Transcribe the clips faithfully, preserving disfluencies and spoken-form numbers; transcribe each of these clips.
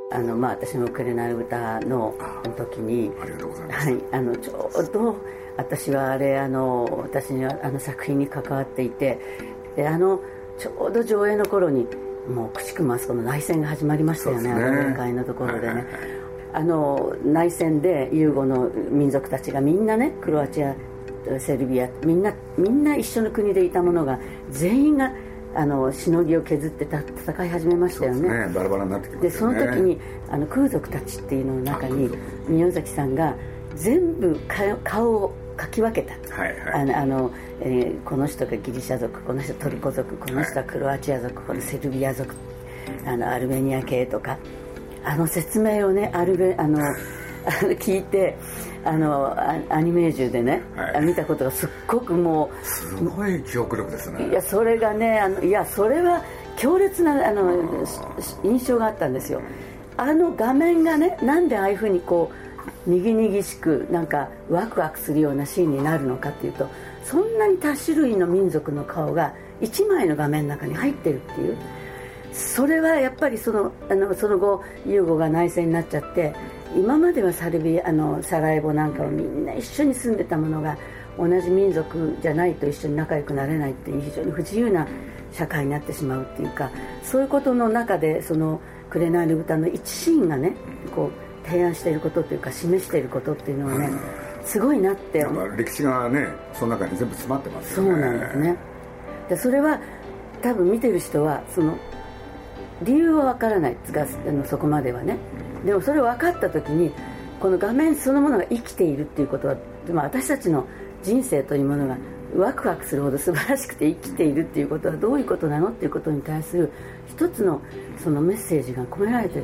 あの、まあ、私の紅の歌の時に、 ありがとうございます、 はい、あのちょうど私はあれあの私にはあの作品に関わっていて、であのちょうど上映の頃にもうくしくもあそこの内戦が始まりましたよ ね, ねあの面会のところでね、はいはいはい、あの内戦でユーゴの民族たちがみんなね、クロアチア、セルビア、みんなみんな一緒の国でいたものが全員があのしのぎを削ってた戦い始めましたよ ね, そうですね、バラバラになってきましたよね。 でその時にあの空族たちっていうのの中に宮崎さんが全部顔を描き分けた、はいはい、あのあの、えー、この人がギリシャ族、この人トルコ族、この人はクロアチア族、はい、このセルビア族、あのアルメニア系とか、あの説明をね、アルベあの聞いて、あのアニメージュでね、はい、見たことがすっごくもうすごい記憶力ですね。 いやそれがね、あのいやそれは強烈なあの印象があったんですよ。あの画面がね、なんでああいうふうにこうにぎにぎしくなんかワクワクするようなシーンになるのかっていうと、そんなに多種類の民族の顔がいちまいの画面の中に入ってるっていう、それはやっぱりその、あのその後ユーゴが内戦になっちゃって、今まではサルビあのサラエボなんかはみんな一緒に住んでたものが同じ民族じゃないと一緒に仲良くなれないっていう非常に不自由な社会になってしまうっていうか、そういうことの中でその紅の豚の一シーンがね、こう提案していることというか示していることっていうのはね、すごいなって。 歴史がね、その中に全部詰まってますよね。 そうなんですね。でそれは多分見てる人はその理由は分からないですが、あのそこまではね、でもそれを分かった時にこの画面そのものが生きているっていうことは、まあ、私たちの人生というものがワクワクするほど素晴らしくて生きているっていうことはどういうことなのっていうことに対する一つのそのメッセージが込められている。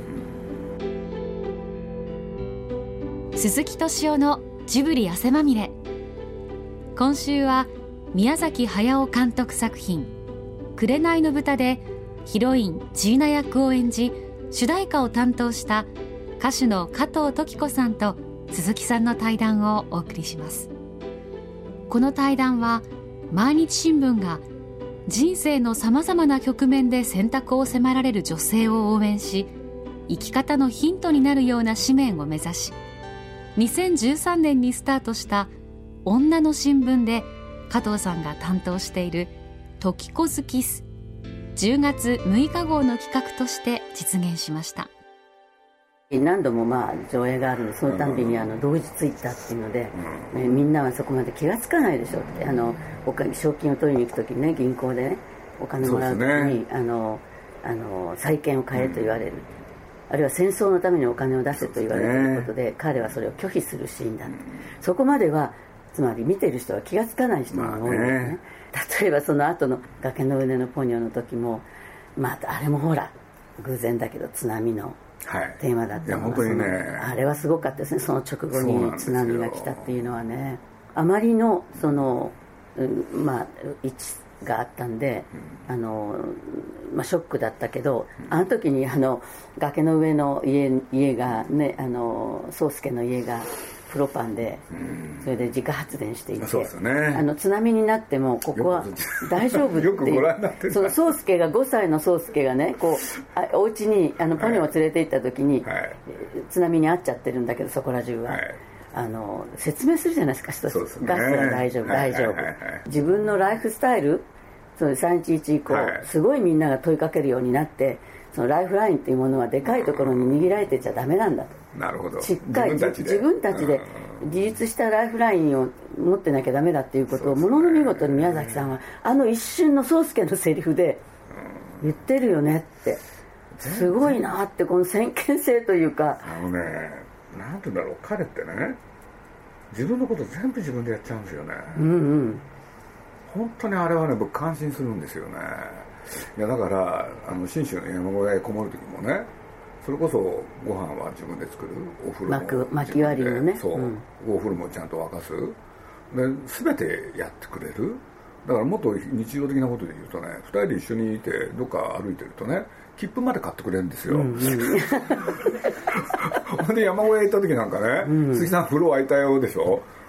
鈴木敏夫のジブリ汗まみれ。今週は宮崎駿監督作品紅の豚でヒロインジーナ役を演じ主題歌を担当した歌手の加藤登紀子さんと鈴木さんの対談をお送りします。この対談は毎日新聞が人生のさまざまな局面で選択を迫られる女性を応援し、生き方のヒントになるような紙面を目指し、にせんじゅうさんねんにスタートした女の新聞で加藤さんが担当しているトキコズキスじゅうがつむいか号の企画として実現しました。 何度もまあ上映があるので、そのたんびにあの同時ツイッターっていうので、うんね、みんなはそこまで気がつかないでしょって、あのお金賞金を取りに行くときにね、銀行でねお金もらうときに、ね、あのあの債券を買えと言われる、うん、あるいは戦争のためにお金を出せと言われるということで、彼はそれを拒否するシーンだ、うん、そこまではつまり見てる人は気がつかない人が多いんですね、まあね。例えばその後の崖の上のポニョの時も、まあ、あれもほら偶然だけど津波のテーマだったのが、はい、いや本当にね、あれはすごかったですね。その直後に津波が来たっていうのはね、あまりのその、まあ、位置があったんで、うん、あのまあ、ショックだったけど、うん、あの時にあの崖の上の 家, 家がね、あの宗介の家がプロパンで、それで自家発電していて、 そうですね、 あの津波になってもここは大丈夫っていう、よくご覧になってる。その宗介がごさいの宗介がね、こうあお家にあのポニョを連れて行った時に、はい、津波に遭っちゃってるんだけど、そこら中は、はい、あの説明するじゃないですか、一つ、ね、ガスは大丈夫、大丈夫、はいはいはいはい、自分のライフスタイル、そのさんいちいち以降、はい、すごいみんなが問いかけるようになって、そのライフラインっていうものはでかいところに握られてちゃダメなんだと。 なるほど。 しっかり自分たちで、自分たちで自立したライフラインを持ってなきゃダメだっていうことを、ものの見事に宮崎さんはあの一瞬の宗介のセリフで言ってるよねって、すごいなって、この先見性というか。 あのね、なんて言うんだろう、彼ってね、自分のこと全部自分でやっちゃうんですよね。うんうん。本当にあれはね、僕感心するんですよね。いやだからあの信州の山小屋へこもる時もね、それこそご飯は自分で作る、お風呂も薪割りのね、 そう、うん、お風呂もちゃんと沸かすで、全てやってくれる。だからもっと日常的なことで言うとね、ふたりで一緒にいてどっか歩いてるとね、切符まで買ってくれるんですよ、うんうん、ほんで山小屋行った時なんかね、うん、鈴木さん風呂沸いたよでしょ、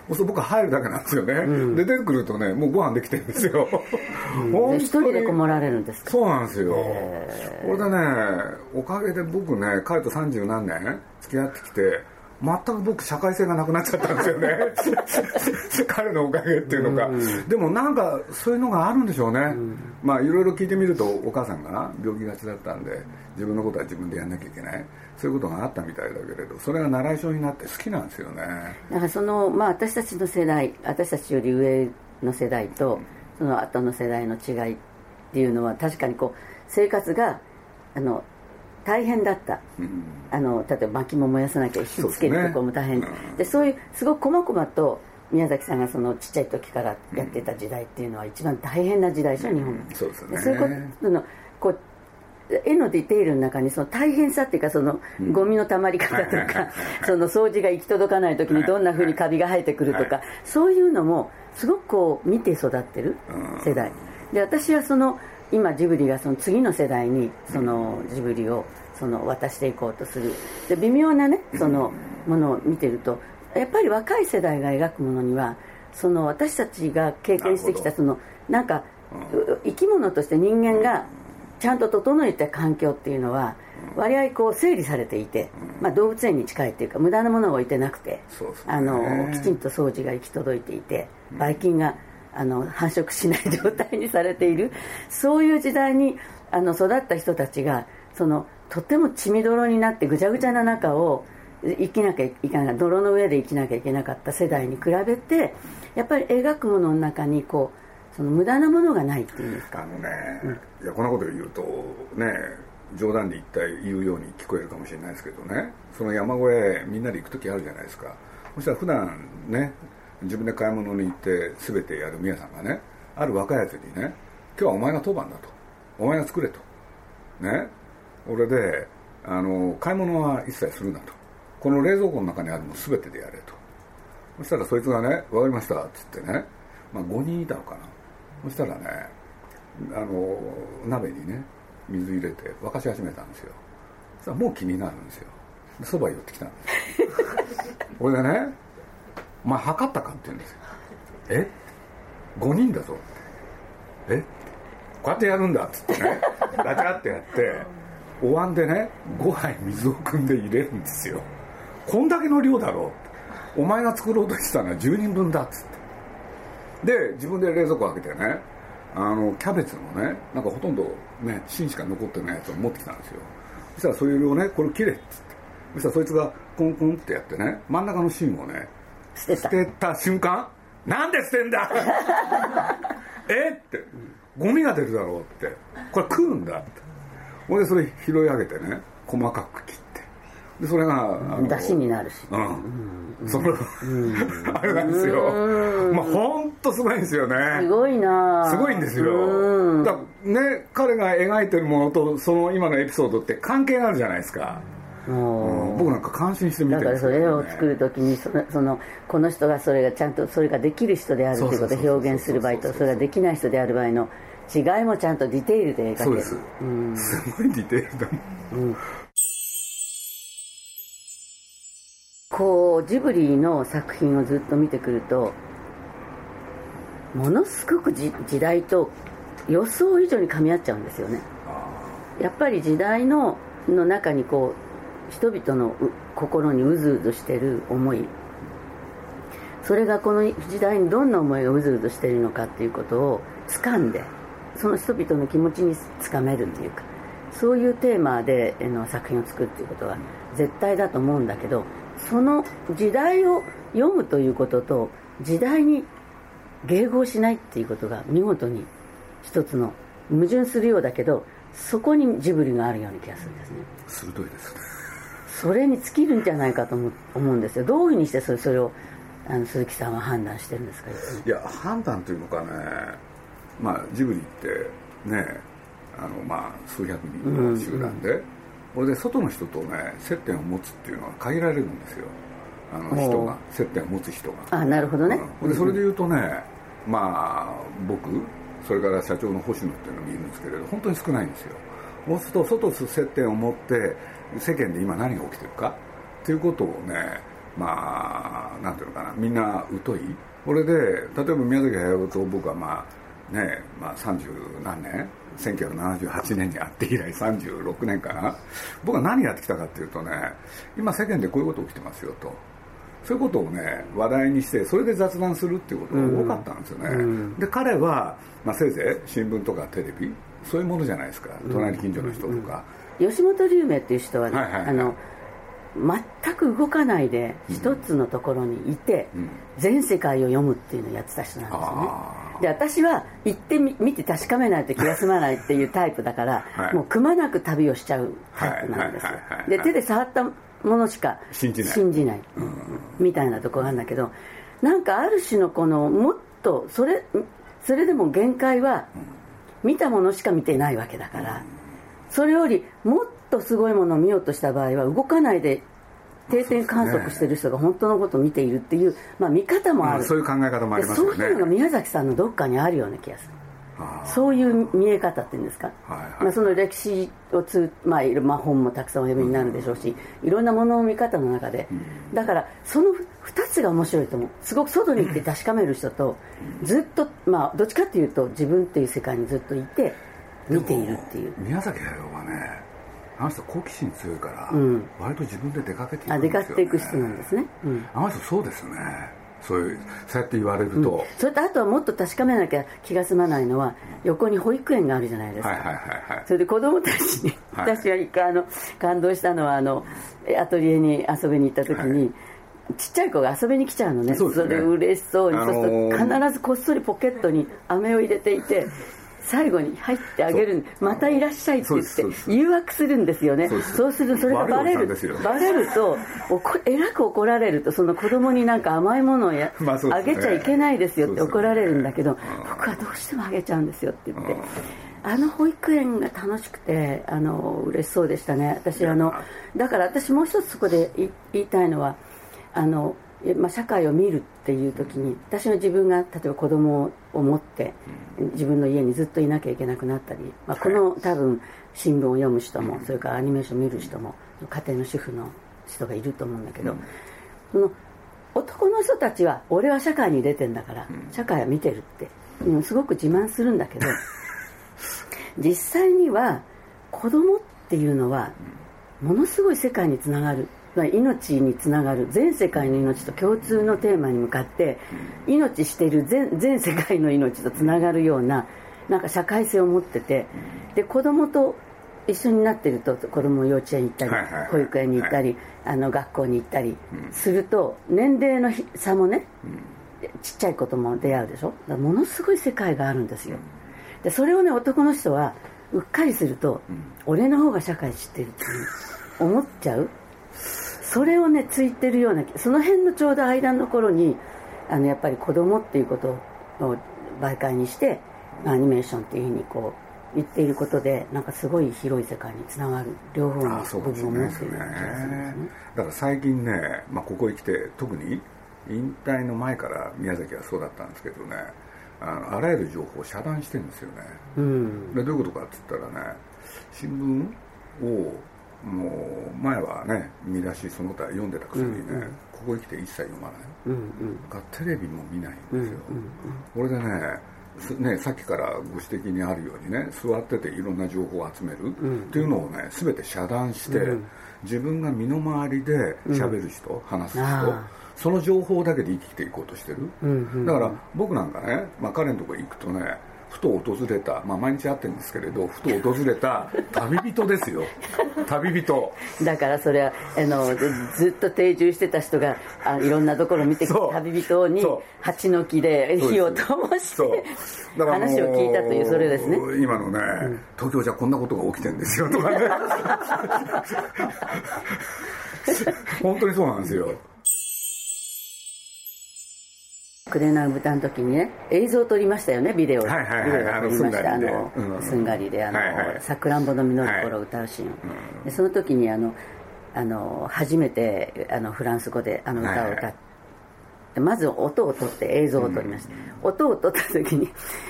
そう僕は入るだけなんですよね、うん、で出てくるとねもうご飯できてるんですよ、 うん、一人でこもられるんですか？ そうなんですよ。これでねおかげで僕ね彼と三十何年付き合ってきて全く僕社会性がなくなっちゃったんですよね彼のおかげっていうのか、うん、でもなんかそういうのがあるんでしょうね、うん、まあいろいろ聞いてみるとお母さんが病気がちだったんで自分のことは自分でやんなきゃいけない、そういうことがあったみたいだけれどそれが習い性になって好きなんですよね。 だからその、まあ、私たちの世代私たちより上の世代とその後の世代の違いっていうのは確かにこう生活があの大変だった、うん、あの例えば薪も燃やさなきゃ火つけるところも大変 で,、ねうん、でそういうすごく細々と宮崎さんがそのちっちゃい時からやってた時代っていうのは一番大変な時代でしょ、うん、日本、うん、 そうですね。 そういうことのこう絵のディテールの中にその大変さっていうかそのゴミのたまり方とか、うん、その掃除が行き届かない時にどんな風にカビが生えてくるとか、そういうのもすごくこう見て育ってる世代で、私はその今ジブリがその次の世代にそのジブリをその渡していこうとするで微妙なねそのものを見てるとやっぱり若い世代が描くものにはその私たちが経験してきたそのなんか生き物として人間がちゃんと整えた環境っていうのは割合こう整理されていて、まあ、動物園に近いっていうか無駄なものが置いてなくて、あのきちんと掃除が行き届いていてばい菌があの繁殖しない状態にされている、そういう時代にあの育った人たちがそのとても血みどろになってぐちゃぐちゃな中を生きなきゃいけない泥の上で生きなきゃいけなかった世代に比べてやっぱり描くものの中にこうその無駄なものがないっていうんですか。 あのね、うん、いやこんなこと言うとね冗談で言った言うように聞こえるかもしれないですけどね、その山小屋へみんなで行く時あるじゃないですか。そしたら普段ね自分で買い物に行って全てやる宮さんがねある若いやつにね今日はお前が当番だと、お前が作れとね、俺であの買い物は一切するなと、この冷蔵庫の中にあるの全てでやれと。そしたらそいつがね分かりましたっつってね、まあ、ごにんいたのかな。そしたらねあの鍋にね水入れて沸かし始めたんですよ。そしたらもう気になるんですよ。そば寄ってきたんですよこれでねお前測ったかって言うんですよ。えごにんだぞってえこうやってやるんだっつってねガチャってやってお椀でねごはい水を汲んで入れるんですよ。こんだけの量だろう、お前が作ろうとしたのはじゅうにんぶんだっつってで自分で冷蔵庫開けてねあのキャベツのねなんかほとんどね芯しか残ってないやつを持ってきたんですよ。そしたらそれをねこれ切れっつってそしたらそいつがコンコンってやってね真ん中の芯をね捨てた捨てた瞬間なんで捨てんだえってゴミが出るだろうってこれ食うんだってほんでそれ拾い上げてね細かく切ってでそれが出汁になるし、 うん、うん、それ、うん、あれなんですよ。まあ本当すごいんですよね。 すごいなすごいんですよ。うん、だね彼が描いてるものとその今のエピソードって関係があるじゃないですか。うん、僕なんか感心して見てるんですよ、ね、 だからそれを作るときにそのそのこの人がそれがちゃんとそれができる人であるということを表現する場合とそれができない人である場合の違いもちゃんとディテールで描ける。 そうです、うん、すごいディテールだもん、うん、 こうジブリの作品をずっと見てくるとものすごくじ時代と予想以上に噛み合っちゃうんですよね。やっぱり時代のの中にこう人々の心にうずうずしてる思い、それがこの時代にどんな思いがうずうずしているのかっていうことを掴んでその人々の気持ちにつかめるっていうかそういうテーマでの作品を作るっていうことは絶対だと思うんだけど、その時代を読むということと時代に迎合しないっていうことが見事に一つの矛盾するようだけどそこにジブリがあるような気がするんですね。 鋭いですね。 それに尽きるんじゃないかと思うんですよ。どういうふうにしてそれ、それをあの鈴木さんは判断してるんですか？ いや判断というのかね、まあジブリってねあのまあ数百人の集団で、うんうん、これで外の人とね接点を持つっていうのは限られるんですよ。あの人が接点を持つ人が。 あ、なるほどね。 うん、でそれで言うとね、まあ僕それから社長の星野っていうのもいるんですけれど本当に少ないんですよ。そうすると外と接点を持って世間で今何が起きてるかっていうことをねまあなんていうのかな、みんな疎い。これで例えば宮崎駿と僕はまあね、まあ、さんじゅう何年せんきゅうひゃくななじゅうはちねんに会って以来さんじゅうろくねんかな。僕は何やってきたかっていうとね、今世間でこういうこと起きてますよと、そういうことをね話題にして、それで雑談するっていうことが多かったんですよね、うん、で彼は、まあ、せいぜい新聞とかテレビそういうものじゃないですか、隣近所の人とか、 うんうん、吉本龍明っていう人はね、はいはいはい、あの全く動かないで一つのところにいて、うん、全世界を読むっていうのをやってた人なんですよね。で私は行ってみ見て確かめないと気が済まないっていうタイプだから、はい、もうくまなく旅をしちゃうタイプなんですよ。で手で触ったものしか信じない、信じない、うん、みたいなところがあるんだけど、なんかある種のこのもっとそれそれでも限界は見たものしか見てないわけだから、それよりもっとすごいものを見ようとした場合は動かないで定点観測してる人が本当のことを見ているっていう、まあ、見方もある、 うん、そういう考え方もありますよね。 そういうのが宮崎さんのどっかにあるような気がする。そういう見え方っていうんですか、はいはい、まあ、その歴史をつ、まあまあ、本もたくさんお読みになるでしょうし、うん、いろんなものの見方の中で、うん、だからそのふたつが面白いと思う。すごく外に行って確かめる人と、ずっと、まあ、どっちかっていうと自分っていう世界にずっといて見ているっていう。 宮崎駿はね、あの人好奇心強いから、うん、割と自分で出かけていくんですよね。あ、出かけていく人なんですね、うん、あの人そうですよね。そういう、そうやって言われると、うん、 それとあとはもっと確かめなきゃ気が済まないのは、横に保育園があるじゃないですか、 はいはいはいはい、 それで子供たちに、はい、私が一回あの感動したのは、あのアトリエに遊びに行った時に、はい、ちっちゃい子が遊びに来ちゃうのね。 そ, それ嬉しそうに、あのー、そうすると必ずこっそりポケットに飴を入れていて、最後に入ってあげる、またいらっしゃいって言って誘惑するんですよね。そうそうするとそれがバレるバレるとえらく怒られると、その子供になんか甘いものをや、まあね、あげちゃいけないですよって怒られるんだけど、ね、僕はどうしてもあげちゃうんですよって言って、あの保育園が楽しくて、あの嬉しそうでしたね。私あのだから私もう一つそこで言いたいのは、あのまあ、社会を見るっていう時に、私の自分が例えば子供を持って自分の家にずっといなきゃいけなくなったり、まあ、この多分新聞を読む人も、それからアニメーションを見る人も家庭の主婦の人がいると思うんだけど、その男の人たちは俺は社会に出てんだから社会は見てるって、うん、すごく自慢するんだけど、実際には子供っていうのはものすごい世界につながる、命につながる、全世界の命と共通のテーマに向かって命している 全, 全世界の命とつながるような、なんか社会性を持ってて、で子供と一緒になってると、子供幼稚園に行ったり、はいはいはい、保育園に行ったり、はい、あの学校に行ったりすると、年齢の差もね、ちっちゃい子とも出会うでしょ。だからものすごい世界があるんですよ。でそれをね、男の人はうっかりすると、俺の方が社会知ってるって思っちゃう。それをねついてるような、その辺のちょうど間の頃に、あのやっぱり子供っていうことを媒介にしてアニメーションっていうふうにこう言っていることで、なんかすごい広い世界につながる両方の部分を持っている気がするんですね。 だから最近ね、まあ、ここへ来て特に引退の前から宮崎はそうだったんですけどね、あのあらゆる情報を遮断してるんですよね、うん、でどういうことかって言ったらね、新聞をもう前はね見出しその他読んでたくせにね、うんうん、ここへ来て一切読まない、うんうん、テレビも見ないんですよ、うんうんうん、これでね, ねさっきからご指摘にあるようにね、座ってていろんな情報を集める、うんうん、っていうのをね全て遮断して、うん、自分が身の回りで喋る人、うん、話す人、その情報だけで生きていこうとしてる、うんうんうん、だから僕なんかね、まあ、彼のところ行くとね、ふと訪れた、まあ、毎日会ってるんですけれど、ふと訪れた旅人ですよ旅人だからそれはあのずっと定住してた人があいろんなところを見てきた旅人に蜂の木で火を灯して話を聞いたという、それですね。 今のね、うん、東京じゃこんなことが起きてるんですよとかね本当にそうなんですよ。 紅の豚の時にね、映像を撮りましたよね、ビデオを、はいはいはい、ビデオを撮りました、あのすんがりで、あのさくらんぼの実る頃を歌うシーンを、はい、でその時にあのあの初めてあのフランス語であの歌を歌って、はいはい、まず音を撮って映像を撮りました、うん、音を撮った時に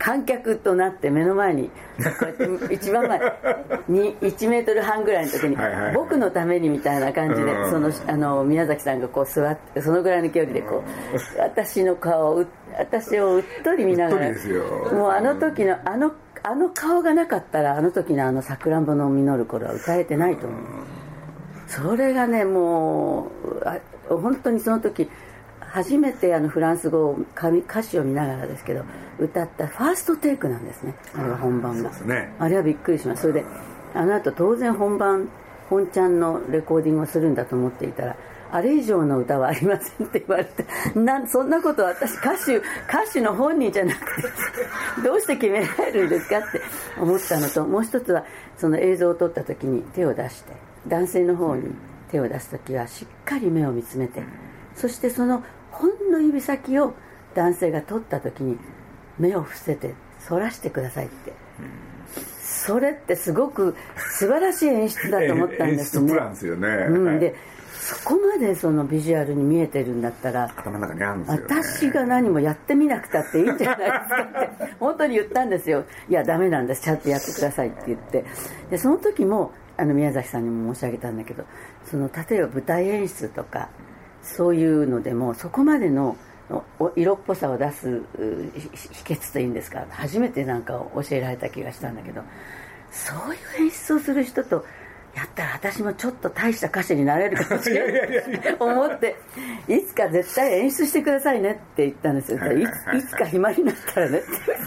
観客となって目の前にこうやって一番前にいちメートルはんぐらいの時に僕のためにみたいな感じで、そのあの宮崎さんがこう座ってそのぐらいの距離でこう私の顔を私をうっとり見ながら、もうあの時のあのあの顔がなかったらあの時のあのさくらんぼの実る頃は歌えてないと思う。それがねもうあ本当にその時初めてあのフランス語を歌詞を見ながらですけど歌ったファーストテイクなんですね。あれは本番が、ね、あれはびっくりします。それであの後当然本番本ちゃんのレコーディングをするんだと思っていたら、あれ以上の歌はありませんって言われて、なんそんなこと私歌手歌手の本人じゃなくてどうして決められるんですかって思ったのと、もう一つはその映像を撮った時に手を出して男性の方に手を出す時はしっかり目を見つめて、そしてそのほんの指先を男性が撮った時に目を伏せて反らしてくださいって、それってすごく素晴らしい演出だと思ったんですね。 演出プランですよね、 うん、でそこまでそのビジュアルに見えてるんだったら頭の中にあるんですよ、ね、 私が何もやってみなくたっていいんじゃないですかって本当に言ったんですよ。いやダメなんです、ちゃんとやってくださいって言って、でその時もあの宮崎さんにも申し上げたんだけど、その例えば舞台演出とかそういうのでもそこまでの色っぽさを出す秘訣というんですか、初めてなんか教えられた気がしたんだけど、そういう演出をする人とやったら私もちょっと大した歌手になれるかもしれないと思って、いつか絶対演出してくださいねって言ったんですよ。いつ、いつか暇になったらねって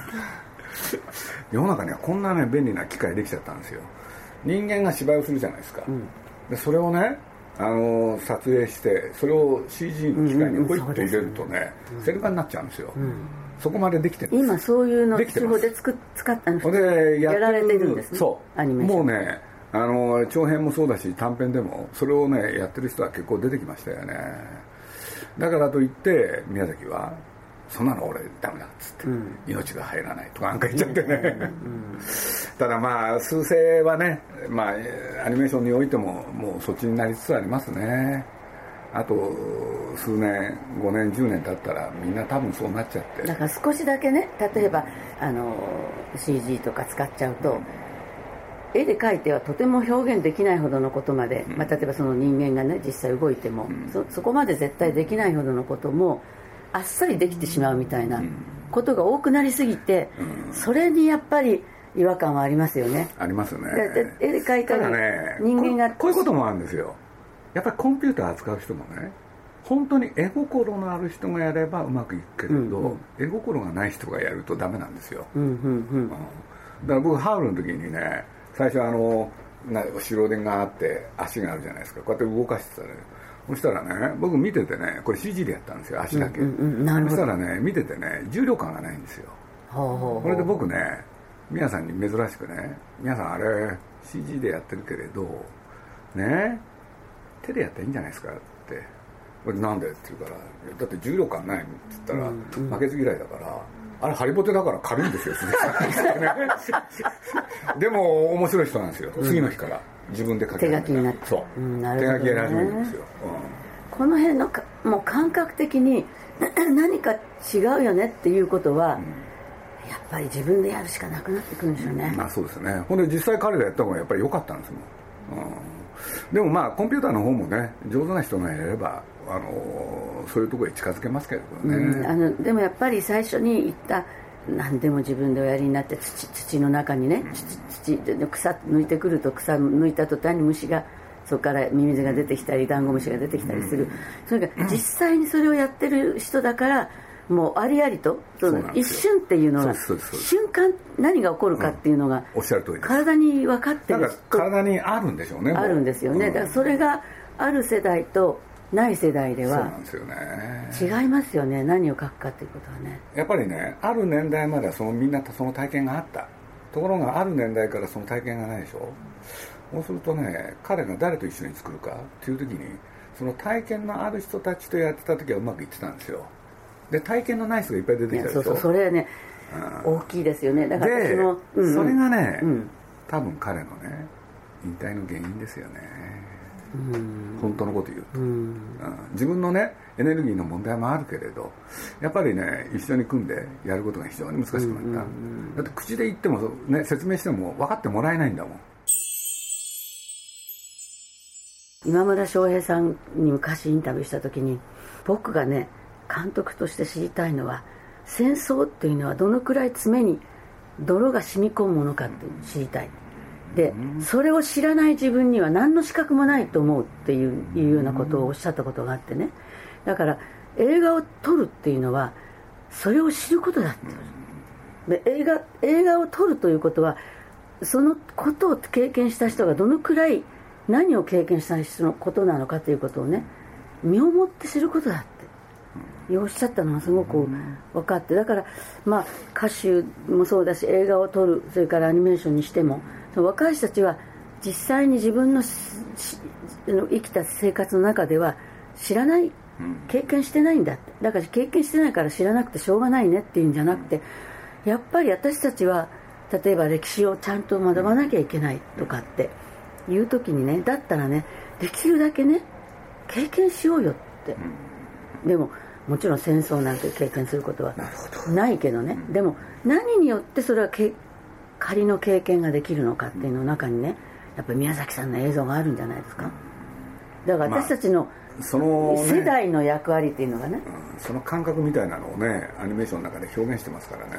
世の中にはこんなね便利な機械できちゃったんですよ。人間が芝居をするじゃないですか、うん、でそれをねあの撮影してそれを シージー の機械にポイッと入れるとね、うんうん、セル画になっちゃうんですよ、うん、そこまでできてるんです。 今そういうの手法で作っ使ったのでやられてるんですね。 そうアニメーションもうねあの長編もそうだし短編でもそれをねやってる人は結構出てきましたよね。だからといって宮崎はそんなの俺ダメだっつって、うん、命が入らないとかなんか言っちゃってね、うんうん、ただまあ数勢はね、まあ、アニメーションにおいてももうそっちになりつつありますね。あと数年ごねんじゅうねん経ったらみんな多分そうなっちゃって、 だから少しだけね例えばあの シージー とか使っちゃうと、うん、絵で描いてはとても表現できないほどのことまで、うんまあ、例えばその人間がね実際動いても、うん、そ, そこまで絶対できないほどのこともあっさりできてしまうみたいなことが多くなりすぎて、うん、それにやっぱり違和感はありますよね。 ありますよね。 絵で描いたら人間が、 ね、こ, こういうこともあるんですよ。やっぱりコンピューター扱う人もね本当に絵心のある人がやればうまくいくけれど、うんうん、絵心がない人がやるとダメなんですよ、うんうんうんうん、だから僕ハウルの時にね最初あの後ろ手があって足があるじゃないですか、こうやって動かしてたら、ね、そしたらね僕見ててねこれ シージー でやったんですよ足だけ、うんうんうん、なるほど。そしたらね見ててね重量感がないんですよ。ほうほうほう。これで僕ね皆さんに珍しくね皆さんあれ シージー でやってるけれどね手でやったらいいんじゃないですかって、これなんでって言うからだって重量感ないって言ったら、うんうん、負けず嫌いだからあれハリボテだから軽いんですよでも面白い人なんですよ、うん、次の日から自分で書ける手書きになってそう、うん、なるほどね、手書きやり始めるんですよ、 うん、この辺のかもう感覚的に何か違うよねっていうことは、うん、やっぱり自分でやるしかなくなってくるんですよね、 うん、まあそうですね。ほんで実際彼がやった方がやっぱり良かったんですもん、うん、でもまあコンピューターの方もね上手な人がやればあのそういうところへ近づけますけどね、 うん、あのでもやっぱり最初に言った何でも自分でおやりになって 土, 土の中にね土土草抜いてくると草抜いた途端に虫がそこからミミズが出てきたりダンゴムシが出てきたりする、うん、それが実際にそれをやってる人だからもうありありとその一瞬っていうのが瞬間何が起こるかっていうのが、 うん、おっしゃる通りです。 体に分かってる人体にあるんでしょうね。 あるんですよね、うん、だからそれがある世代とない世代ではそうなんですよね。 違いますよね。何を書くかっていうことはね。 やっぱりねある年代まではそのみんなその体験があった。ところがある年代からその体験がないでしょ。そうするとね彼が誰と一緒に作るかっていう時にその体験のある人たちとやってた時はうまくいってたんですよ。で体験のない人がいっぱい出てきたでしょ。 そうそうそれはね、うん、大きいですよね。だから私も、 うんうん、それがね、うん、多分彼のね引退の原因ですよね。 うん、本当のこと言うと、うんうん、自分のねエネルギーの問題もあるけれどやっぱりね一緒に組んでやることが非常に難しくなった、うんうんうん、だって口で言っても、ね、説明しても分かってもらえないんだもん。 今村翔平さんに昔インタビューした時に僕がね監督として知りたいのは戦争っていうのはどのくらい爪に泥が染み込むものかって知りたいで、それを知らない自分には何の資格もないと思うっていう、いうようなことをおっしゃったことがあってね、だから映画を撮るっていうのはそれを知ることだってで映画、映画を撮るということはそのことを経験した人がどのくらい何を経験した人のことなのかということをね身をもって知ることだっておっしゃったのがすごく分かって、だからまあ歌手もそうだし映画を撮るそれからアニメーションにしても若い人たちは実際に自分の生きた生活の中では知らない経験してないんだって、だから経験してないから知らなくてしょうがないねっていうんじゃなくてやっぱり私たちは例えば歴史をちゃんと学ばなきゃいけないとかっていう時にねだったらねできるだけね経験しようよって、うん、でももちろん戦争なんて経験することはないけどね、うん、でも何によってそれはけ仮の経験ができるのかっていうの中にねやっぱり宮崎さんの映像があるんじゃないですか。だから私たちの世代の役割っていうのがね、まあそのね、うん、 その感覚みたいなのをねアニメーションの中で表現してますからね。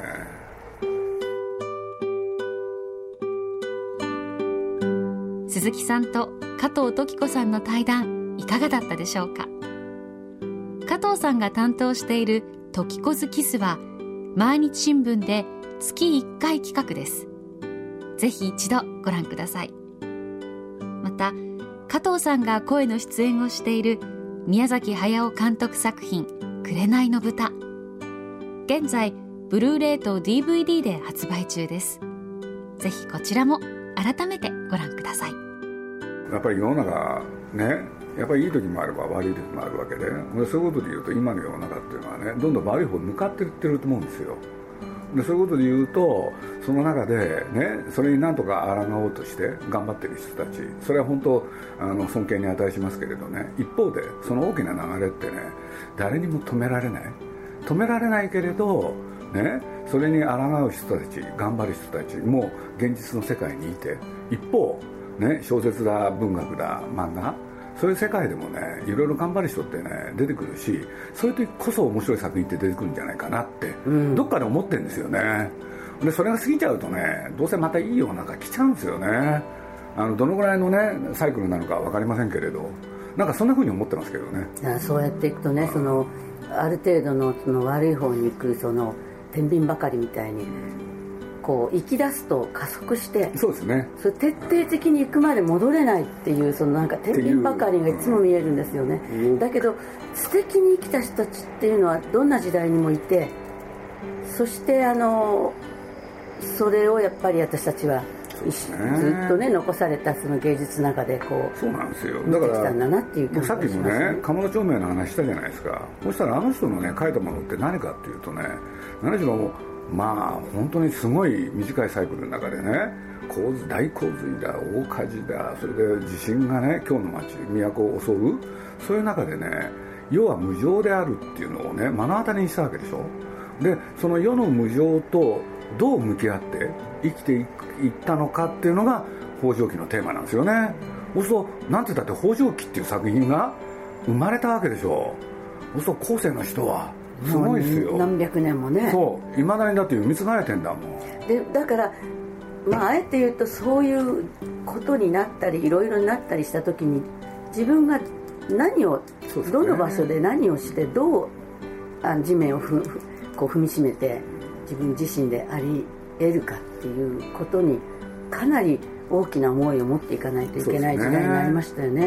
鈴木さんと加藤登紀子さんの対談いかがだったでしょうか。加藤さんが担当している登紀子ズキスは毎日新聞で月いっかい企画です。ぜひ一度ご覧ください。また加藤さんが声の出演をしている宮崎駿監督作品紅の豚、現在ブルーレイと ディーブイディー で発売中です。ぜひこちらも改めてご覧ください。 やっぱり世の中ねやっぱりいい時もあれば悪い時もあるわけで、そういうことで言うと今の世の中っていうのはねどんどん悪い方に向かっていってると思うんですよ。でそういうことで言うとその中でねそれに何とか抗おうとして頑張ってる人たち、それは本当あの尊敬に値しますけれどね、一方でその大きな流れってね誰にも止められない止められないけれどね、それに抗う人たち頑張る人たちも現実の世界にいて、一方ね小説だ文学だ漫画そういう世界でもねいろいろ頑張る人ってね出てくるし、そういう時こそ面白い作品って出てくるんじゃないかなって、うん、どっかで思ってるんですよね。でそれが過ぎちゃうとねどうせまたいい世の中来ちゃうんですよね。あのどのぐらいのねサイクルなのか分かりませんけれど、なんかそんな風に思ってますけどね。 そうやっていくとね、そのある程度 の, その悪い方に行くその天秤ばかりみたいにこう行き出すと加速して、 そうですね、 それ徹底的に行くまで戻れないっていうそのなんか天秤ばかりがいつも見えるんですよね、うん、だけど素敵に生きた人たちっていうのはどんな時代にもいて、そしてあのそれをやっぱり私たちはずっとね残されたその芸術の中でこうそうなんですよ。だから見てきたんだなっていう感じがしますね。 さっきもね鴨長明の話したじゃないですか。そしたらあの人のね書いたものって何かっていうとね、何しろまあ本当にすごい短いサイクルの中でね洪水大洪水だ大火事だそれで地震がね今日の町都を襲う、そういう中でね世は無常であるっていうのをね目の当たりにしたわけでしょ。でその世の無常とどう向き合って生きていったのかっていうのが北条記のテーマなんですよね。そうするとなんて言ったって北条記っていう作品が生まれたわけでしょ。そうすると後世の人はすごいですよ。 何百年もね。 そういまだにだって読み継がれてんだもん。でだからまああえて言うとそういうことになったりいろいろになったりした時に自分が何を、ね、どの場所で何をしてどうあ地面をふこう踏みしめて自分自身であり得るかっていうことにかなり大きな思いを持っていかないといけない時代になりましたよね。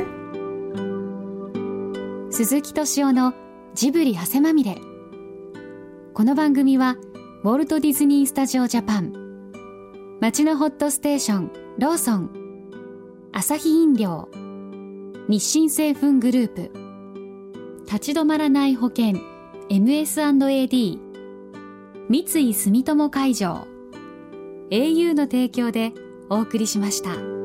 鈴木敏夫のジブリ汗まみれ。この番組はウォルト・ディズニー・スタジオ・ジャパン、街のホットステーションローソン、アサヒ飲料、日清製粉グループ、立ち止まらない保険 エムエスアンドエーディー、三井住友海上、 エーユー の提供でお送りしました。